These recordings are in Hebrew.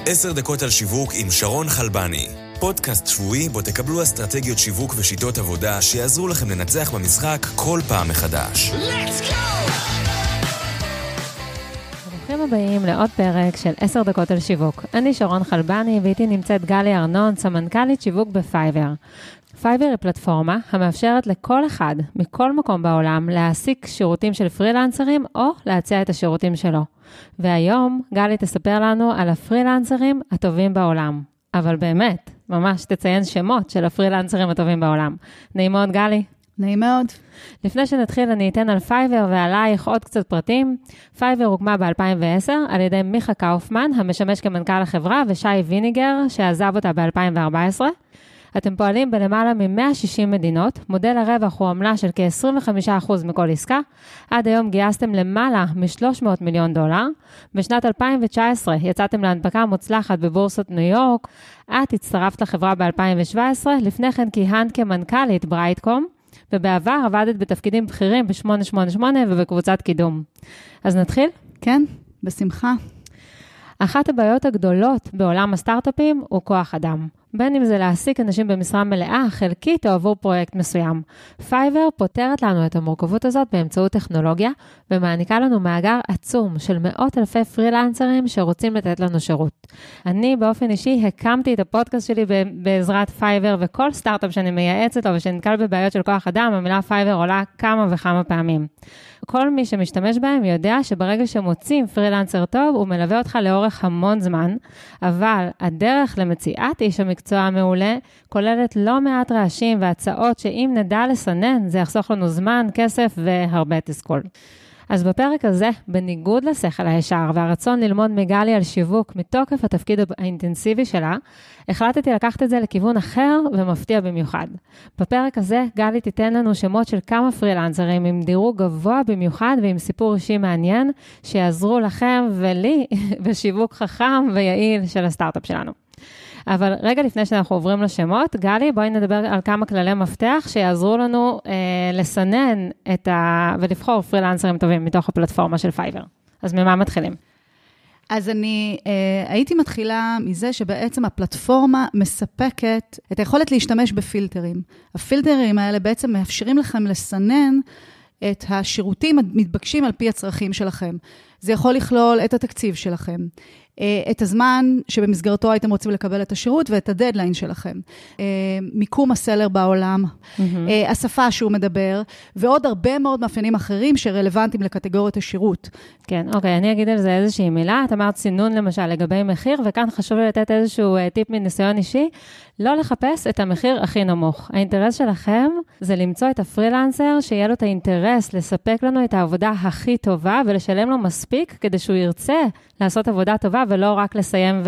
10 דקות על שיווק עם שרון חלבני. פודקאסט שבועי בו תקבלו אסטרטגיות שיווק ושיטות עבודה שיעזרו לכם לנצח במשחק כל פעם מחדש. ברוכים הבאים לעוד פרק של 10 דקות על שיווק. אני שרון חלבני ואיתי נמצאת גלי ארנון, סמנכ"לית שיווק בפייבר. פייבר היא פלטפורמה המאפשרת לכל אחד מכל מקום בעולם להעסיק שירותים של פרילנסרים או להציע את השירותים שלו. והיום גלי תספר לנו על הפרילנסרים הטובים בעולם. אבל באמת, ממש תציין שמות של הפרילנסרים הטובים בעולם. נעים מאוד גלי. נעים מאוד. לפני שנתחיל אני אתן על פייבר ועלייך עוד קצת פרטים. פייבר הוקמה ב-2010 על ידי מיכה קאופמן, המשמש כמנכ"ל החברה, ושי ויניגר, שעזב אותה ב-2014. אתם פועלים בלמעלה מ-160 מדינות, מודל הרווח הוא עמלה של כ-25% מכל עסקה, עד היום גייסתם למעלה מ$300 מיליון. בשנת 2019 יצאתם להנפקה מוצלחת בבורסות ניו יורק, את הצטרפת לחברה ב-2017, לפני כן כיהנת כמנכ"לית ברייטקום, ובעבר עבדת בתפקידים בכירים ב-888 ובקבוצת קידום. אז נתחיל? כן, בשמחה. אחת הבעיות הגדולות בעולם הסטארט-אפים הוא כוח אדם. בין אם זה להעסיק אנשים במשרה מלאה, חלקית או עבור פרויקט מסוים. פייבר פותרת לנו את המורכבות הזאת באמצעות טכנולוגיה, ומעניקה לנו מאגר עצום של מאות אלפי פרילנסרים שרוצים לתת לנו שירות. אני באופן אישי הקמתי את הפודקאסט שלי בעזרת פייבר, וכל סטארט-אפ שאני מייעצת לו ושנתקל בבעיות של כוח אדם, המילה פייבר עולה כמה וכמה פעמים. כל מי שמשתמש בהם יודע שברגע שמוצאים פרילנסר טוב, הוא מלווה אותך לאורך המון זמן, אבל הדרך למציאת איש המקצוע המעולה כוללת לא מעט רעשים והצעות שאם נדע לסנן, זה יחסוך לנו זמן, כסף והרבה תסכול. אז בפרק הזה, בניגוד לשכל הישר והרצון ללמוד מגלי על שיווק מתוקף התפקיד האינטנסיבי שלה, החלטתי לקחת את זה לכיוון אחר ומפתיע במיוחד. בפרק הזה, גלי תיתן לנו שמות של כמה פרילנסרים עם דירוג גבוה במיוחד ועם סיפור אישי מעניין, שיעזרו לכם ולי בשיווק חכם ויעיל של הסטארט-אפ שלנו. אבל רגע לפני שאנחנו עוברים לשמות, גלי, בואי נדבר על כמה כללי מפתח שיעזרו לנו לסנן ולבחור פרילנסרים טובים מתוך הפלטפורמה של פייבר. אז ממה מתחילים? אז אני הייתי מתחילה מזה שבעצם הפלטפורמה מספקת את היכולת להשתמש בפילטרים. הפילטרים האלה בעצם מאפשרים לכם לסנן את השירותים המתבקשים על פי הצרכים שלכם. זה יכול לכלול את התקציב שלכם, את הזמן שבמסגרתו הייתם רוצים לקבל את השירות ואת הדדליין שלכם, מיקום הסלר בעולם, השפה שהוא מדבר, ועוד הרבה מאוד מאפיינים אחרים שרלוונטיים לקטגוריית השירות. כן, אוקיי, אני אגיד על זה איזושהי מילה. את אמרת סינון למשל לגבי מחיר, וכאן חשוב לי לתת איזשהו טיפ מניסיון אישי, לא לחפש את המחיר הכי נמוך. האינטרס שלכם זה למצוא את הפרילנסר שיהיה לו את האינטרס לספק לנו את העבודה הכי טובה ולשלם לו מספיק כדי שהוא ירצה לעשות עבודה טובה ולא רק לסיים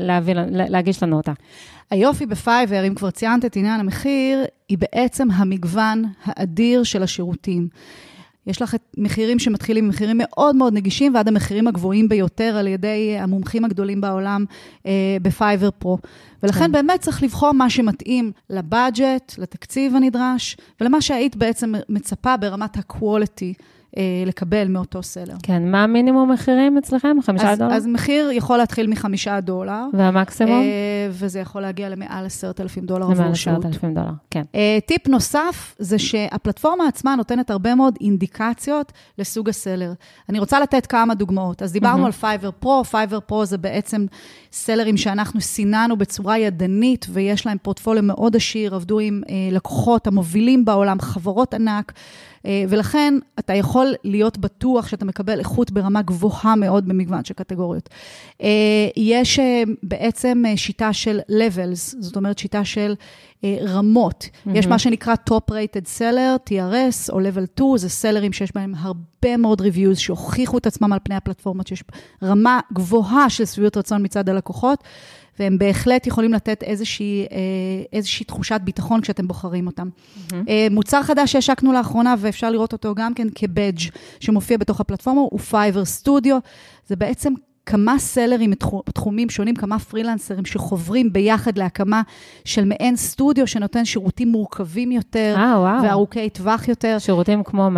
ולהגיש לנו אותה. היופי בפייבר, אם כבר ציינת את עניין המחיר, היא בעצם המגוון האדיר של השירותים. יש לך מחירים שמתחילים ממחירים מאוד מאוד נגישים, ועד המחירים הגבוהים ביותר על ידי המומחים הגדולים בעולם בפייבר פרו. ולכן באמת צריך לבחור מה שמתאים לבאג'ט, לתקציב הנדרש, ולמה שהיית בעצם מצפה ברמת הקואליטי לקבל מאותו סלר. כן, מה המינימום מחירים אצלכם? $5? אז מחיר יכול להתחיל $5. והמקסימום? וזה יכול להגיע למעל $10,000 עבור שירות. $10,000, כן. טיפ נוסף זה שהפלטפורמה עצמה נותנת הרבה מאוד אינדיקציות לסוג הסלר. אני רוצה לתת כמה דוגמאות. אז דיברנו על פייבר פרו. פייבר פרו זה בעצם סלרים שאנחנו סיננו בצורה ידנית, ויש להם פורטפוליו מאוד עשיר, עבדו עם לקוחות המובילים בעולם, חברות ענק, ולכן אתה יכול להיות בטוח שאתה מקבל איכות ברמה גבוהה מאוד במגוון של קטגוריות. יש בעצם שיטה של levels, זאת אומרת שיטה של רמות. יש מה שנקרא top rated seller, TRS או level 2, זה סלרים שיש בהם הרבה מאוד reviews שהוכיחו את עצמם על פני הפלטפורמות, שיש רמה גבוהה של סביבות רצון מצד הלקוחות, והם בהחלט יכולים לתת איזושהי תחושת ביטחון כשאתם בוחרים אותם. מוצר חדש שהשקנו לאחרונה, ואפשר לראות אותו גם כן כבדג' שמופיע בתוך הפלטפורמה, הוא פייבר סטודיו. זה בעצם כמה סלרים בתחומים שונים, כמה פרילנסרים שחוברים ביחד להקמה של מעין סטודיו, שנותן שירותים מורכבים יותר, וארוכי טווח יותר. שירותים כמו מה?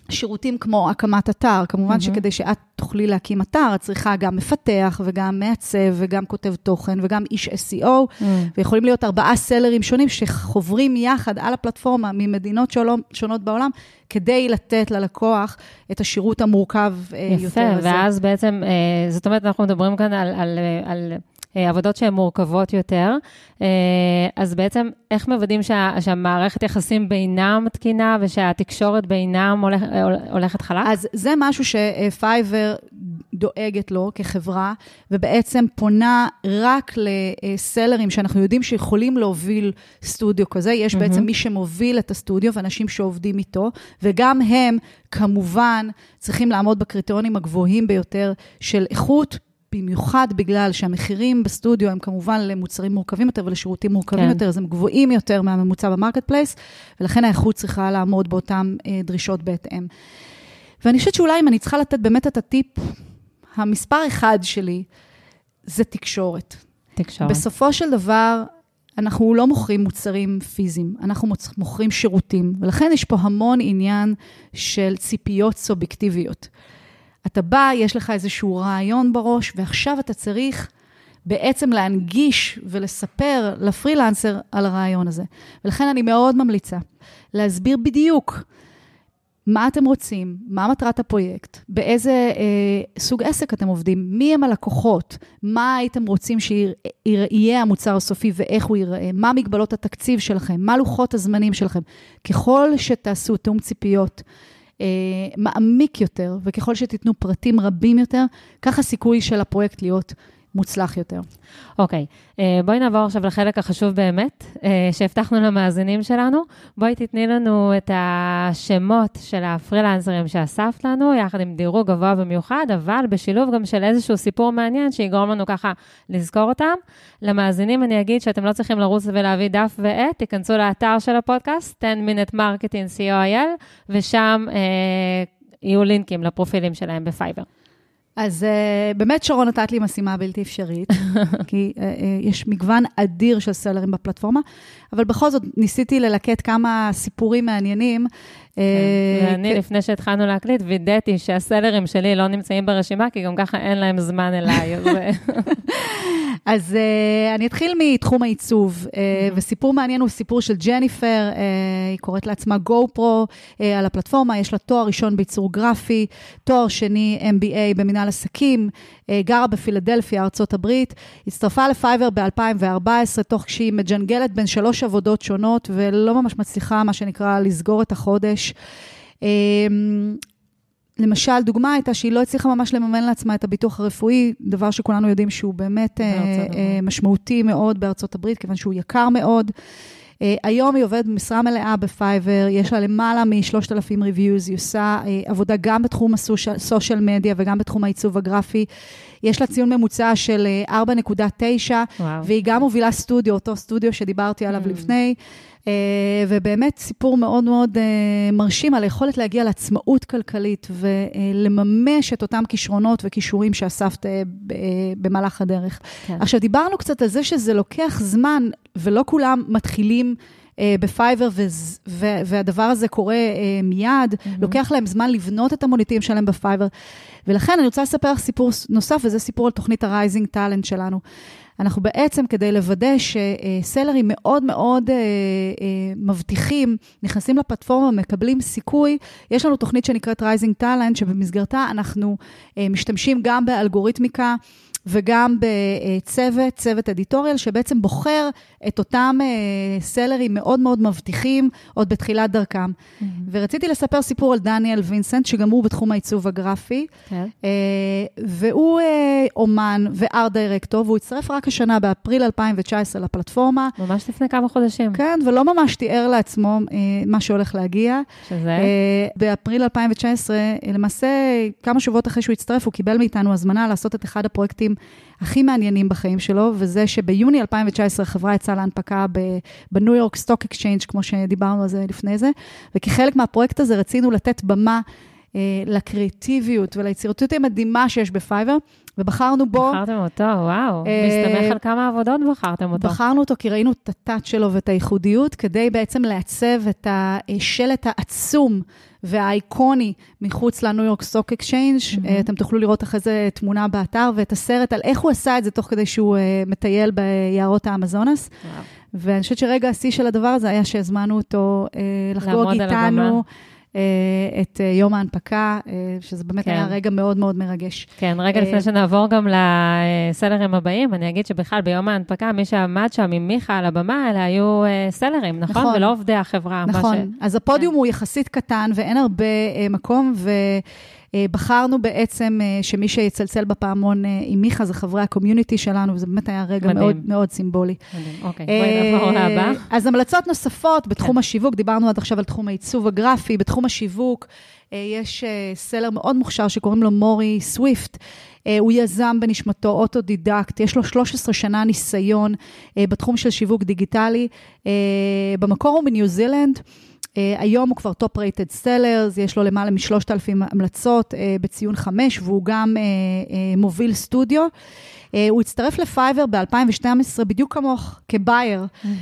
שירותים כמו הקמת אתר, כמובן שכדי שאת תוכלי להקים אתר, את צריכה גם מפתח וגם מעצב וגם כותב תוכן וגם איש SEO, ויכולים להיות 4 סלרים שונים שחוברים יחד על הפלטפורמה ממדינות שונות בעולם, כדי לתת ללקוח את השירות המורכב יותר הזה. יפה, ואז בעצם, זאת אומרת, אנחנו מדברים כאן על עבודות שהן מורכבות יותר, אז בעצם איך מוודאים שהמערכת יחסים בינם תקינה, ושהתקשורת בינם הולכת חלק? אז זה משהו שפייבר דואגת לו כחברה, ובעצם פונה רק לסלרים שאנחנו יודעים שיכולים להוביל סטודיו כזה, יש בעצם מי שמוביל את הסטודיו, ואנשים שעובדים איתו, וגם הם כמובן צריכים לעמוד בקריטריונים הגבוהים ביותר של איכות, במיוחד בגלל שהמחירים בסטודיו הם כמובן למוצרים מורכבים יותר ולשירותים מורכבים יותר, אז הם גבוהים יותר מהממוצע במרקט פלייס, ולכן האיכות צריכה לעמוד באותן דרישות בהתאם. ואני חושבת שאולי אם אני צריכה לתת באמת את הטיפ, המספר 1 שלי, זה תקשורת. בסופו של דבר, אנחנו לא מוכרים מוצרים פיזיים, אנחנו מוכרים שירותים, ולכן יש פה המון עניין של ציפיות סובייקטיביות. אתה בא, יש לך איזשהו רעיון בראש, ועכשיו אתה צריך בעצם להנגיש ולספר לפרילנסר על הרעיון הזה. ולכן אני מאוד ממליצה להסביר בדיוק מה אתם רוצים, מה מטרת הפרויקט, באיזה סוג עסק אתם עובדים, מי הם הלקוחות, מה הייתם רוצים שיהיה המוצר הסופי ואיך הוא ייראה, מה מגבלות התקציב שלכם, מה לוחות הזמנים שלכם. ככל שתעשו תאום ציפיות, מעמיק יותר, וככל שתיתנו פרטים רבים יותר, ככה סיכוי של הפרויקט להיות מוצלח יותר. אוקיי, בואי נעבור עכשיו לחלק החשוב באמת, שהבטחנו למאזינים שלנו. בואי תתני לנו את השמות של הפרילנסרים שאספת לנו, יחד עם דירוג גבוה במיוחד, אבל בשילוב גם של איזשהו סיפור מעניין, שיגרום לנו ככה לזכור אותם. למאזינים אני אגיד שאתם לא צריכים לרוץ ולהביא דף ועט, תיכנסו לאתר של הפודקאסט, 10-Minute Marketing co.il, ושם יהיו לינקים לפרופילים שלהם בפייבר. אז באמת שרון נתת לי משימה בלתי אפשרית, כי יש מגוון אדיר של סלרים בפלטפורמה, אבל בכל זאת ניסיתי ללקט כמה סיפורים מעניינים. ואני לפני שהתחלנו להקליט, וידאתי שהסלרים שלי לא נמצאים ברשימה, כי גם ככה אין להם זמן אליי. אז אני אתחיל מתחום העיצוב, וסיפור מעניין הוא סיפור של ג'ניפר, היא קוראת לעצמה GoPro על הפלטפורמה, יש לה תואר ראשון בייצור גרפי, תואר שני MBA במנהל עסקים, גרה בפילדלפיה, ארצות הברית, הצטרפה לפייבר ב-2014, תוך שהיא מג'נגלת בין 3 עבודות שונות, ולא ממש מצליחה, מה שנקרא, לסגור את החודש. למשל, דוגמה הייתה שהיא לא הצליחה ממש לממן לעצמה את הביטוח הרפואי, דבר שכולנו יודעים שהוא באמת משמעותי מאוד בארצות הברית, כיוון שהוא יקר מאוד. היום היא עובדת במשרה מלאה בפייבר, יש לה למעלה מ-3,000 ריוויוז, היא עושה עבודה גם בתחום הסושיאל מדיה וגם בתחום העיצוב הגרפי, יש לה ציון ממוצע של 4.9, והיא גם מובילה סטודיו, אותו סטודיו שדיברתי עליו לפני, ובאמת סיפור מאוד מאוד מרשים על היכולת להגיע לעצמאות כלכלית, ולממש את אותם כישרונות וכישורים שאספת במהלך הדרך. עכשיו, דיברנו קצת על זה שזה לוקח זמן, ולא כולם מתחילים בפייבר, והדבר הזה קורה מיד, לוקח להם זמן לבנות את המוניטין שלהם בפייבר, ולכן אני רוצה לספר לך סיפור נוסף, וזה סיפור על תוכנית הרייזינג טלנט שלנו. אנחנו בעצם, כדי לוודא שסלרים מאוד מאוד מבטיחים, נכנסים לפלטפורמה, מקבלים סיכוי, יש לנו תוכנית שנקראת רייזינג טלנט, שבמסגרתה אנחנו משתמשים גם באלגוריתמיקה, וגם צוות אדיטוריאל, שבעצם בוחר את אותם סלרים מאוד מאוד מבטיחים, עוד בתחילת דרכם. ורציתי לספר סיפור על דניאל וינסנט, שגם הוא בתחום העיצוב הגרפי, והוא אומן וארט דירקטור, והוא הצטרף רק השנה, באפריל 2019 לפלטפורמה. ממש לפני כמה חודשים. כן, ולא ממש תיאר לעצמו מה שהולך להגיע. שזה? באפריל 2019, למעשה, כמה שבועות אחרי שהוא הצטרף, הוא קיבל מאיתנו הזמנה לעשות את אחד הפרויקטים הכי מעניינים בחיים שלו, וזה שביוני 2019 החברה יצאה להנפקה בניו יורק סטוק אקסצ'יינג', כמו שדיברנו על זה לפני זה, וכחלק מהפרויקט הזה רצינו לתת במה לקריאטיביות וליצירתיות המדהימה שיש בפייבר, ובחרנו בו... בחרתם אותו, וואו. מסתמך על כמה עבודות בחרתם אותו. בחרנו אותו כי ראינו את הטאץ' שלו ואת הייחודיות, כדי בעצם לעצב את השלט העצום והאיקוני מחוץ לניו יורק סטוק אקשיינג'. אתם תוכלו לראות אחרי זה תמונה באתר, ואת הסרט על איך הוא עשה את זה, תוך כדי שהוא מטייל ביערות האמזונס. ואני חושבת שרגע השיא של הדבר הזה היה שהזמנו אותו לחגוג איתנו את יום ההנפקה, שזה באמת היה רגע מאוד מאוד מרגש. כן, רגע לפני שנעבור גם לסלרים הבאים, אני אגיד שבכלל ביום ההנפקה, מי שעמד שם עם מיכה על הבמה, אלה היו סלרים, נכון? ולא עובדי החברה. נכון, אז הפודיום הוא יחסית קטן, ואין הרבה מקום, בחרנו בעצם שמי שיצלצל בפעמון עם מיכה, זה חברי הקומיוניטי שלנו, וזה באמת היה רגע מאוד מאוד סימבולי. אוקיי, בואי נעבור להבא. אז המלצות נוספות בתחום השיווק, דיברנו עד עכשיו על תחום העיצוב הגרפי, בתחום השיווק יש סלר מאוד מוכשר שקוראים לו מורי סוויפט, הוא יזם בנשמתו, אוטודידקט, יש לו 13 שנה ניסיון בתחום של שיווק דיגיטלי, במקור הוא מניו זילנד, היום הוא כבר טופ רייטד סלרס, יש לו למעלה מ3,000 המלצות בציון 5, והוא גם מוביל סטודיו. הוא הצטרף לפייבר ב-2012, בדיוק כמוך, כבייר,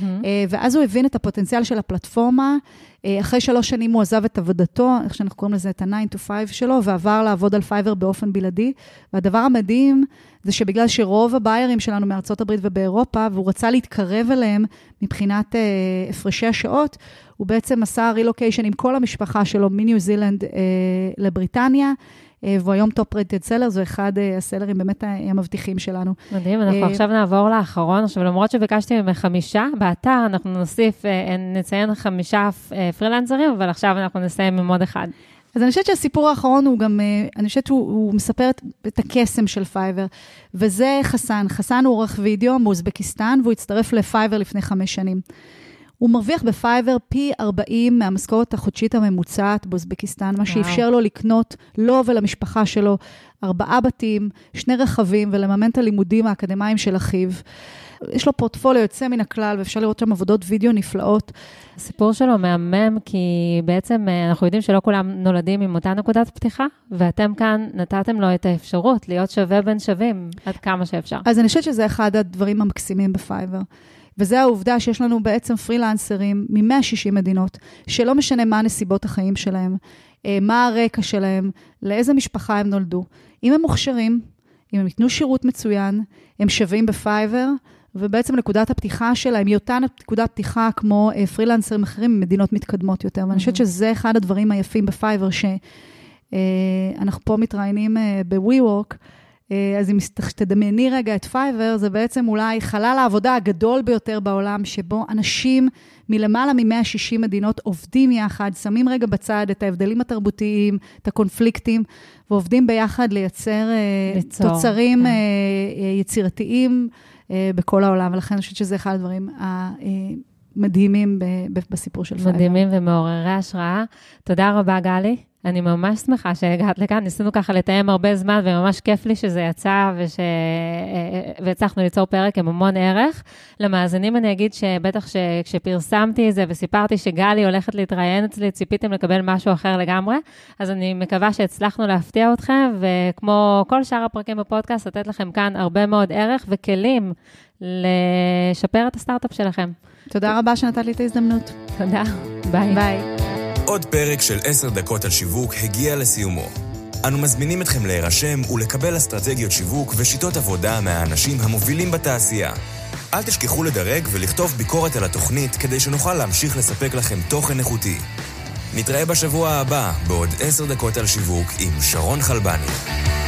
ואז הוא הבין את הפוטנציאל של הפלטפורמה. אחרי 3 שנים הוא עזב את עבודתו, איך שאנחנו קוראים לזה, את ה-9 to 5 שלו, ועבר לעבוד על פייבר באופן בלעדי. והדבר המדהים זה שבגלל שרוב הביירים שלנו מארצות הברית ובאירופה, והוא רצה להתקרב אליהם מבחינת הפרשי השעות, הוא בעצם עשה רילוקיישן עם כל המשפחה שלו מניו זילנד לבריטניה, והוא היום טופ רייטד סלר, זו אחד הסלרים באמת המבטיחים שלנו. מדהים, אנחנו עכשיו נעבור לאחרון, עכשיו למרות שביקשתי ממך 5, באתר אנחנו נוסיף, נציין 5 פרילנסרים, אבל עכשיו אנחנו נסיים עם עוד אחד. אז אני חושבת שהסיפור האחרון הוא גם, אני חושבת שהוא מספר את הקסם של פייבר, וזה חסן. חסן הוא עורך וידאו מאוזבקיסטן, והוא הצטרף לפייבר לפני 5 שנים. הוא מרוויח בפייבר פי 40 מהמשכורת החודשית הממוצעת באוזבקיסטן, מה שאפשר לו לקנות לו ולמשפחה שלו 4 בתים, 2 רכבים, ולממן את הלימודים האקדמיים של אחיו. יש לו פורטפוליו יוצא מן הכלל, ואפשר לראות שם עבודות וידאו נפלאות. הסיפור שלו מהמם, כי בעצם אנחנו יודעים שלא כולם נולדים עם אותה נקודת פתיחה, ואתם כאן נתתם לו את האפשרות להיות שווה בין שווים, עד כמה שאפשר. אז אני חושבת שזה אחד הדברים המקסימים בפייבר. וזה העובדה שיש לנו בעצם פרילנסרים מ-160 מדינות, שלא משנה מה נסיבות החיים שלהם, מה הרקע שלהם, לאיזה משפחה הם נולדו. אם הם מוכשרים, אם הם ייתנו שירות מצוין, הם שווים בפייבר, ובעצם נקודת הפתיחה שלהם היא אותה נקודת פתיחה כמו פרילנסרים אחרים ממדינות מתקדמות יותר. ואני חושבת שזה אחד הדברים היפים בפייבר, שאנחנו פה מתראיינים ב-WeWork, אז אם תדמייני רגע את פייבר, זה בעצם אולי חלל העבודה הגדול ביותר בעולם, שבו אנשים מלמעלה מ-160 מדינות עובדים יחד, שמים רגע בצד את ההבדלים התרבותיים, את הקונפליקטים, ועובדים ביחד לייצר תוצרים יצירתיים בכל העולם, ולכן אני חושבת שזה אחד הדברים המדהימים בסיפור של פייבר. מדהימים ומעוררי השראה. תודה רבה, גלי. אני ממש שמחה שהגעת לכאן, ניסינו ככה לתאם הרבה זמן, וממש כיף לי שזה יצא, והצלחנו ליצור פרק עם המון ערך. למאזינים אני אגיד שבטח כשפרסמתי את זה, וסיפרתי שגלי הולכת להתראיין אצלי, ציפיתם לקבל משהו אחר לגמרי, אז אני מקווה שהצלחנו להפתיע אתכם, וכמו כל שאר הפרקים בפודקאסט, לתת לכם כאן הרבה מאוד ערך וכלים לשפר את הסטארט-אפ שלכם. תודה רבה שנתת לי את ההזדמנות. תודה, ביי. ביי. עוד פרק של 10 דקות על שיווק הגיע לסיומו. אנו מזמינים אתכם להירשם ולקבל אסטרטגיות שיווק ושיטות עבודה מהאנשים המובילים בתעשייה. אל תשכחו לדרג ולכתוב ביקורת על התוכנית כדי שנוכל להמשיך לספק לכם תוכן איכותי. נתראה בשבוע הבא בעוד 10 דקות על שיווק עם שרון חלבני.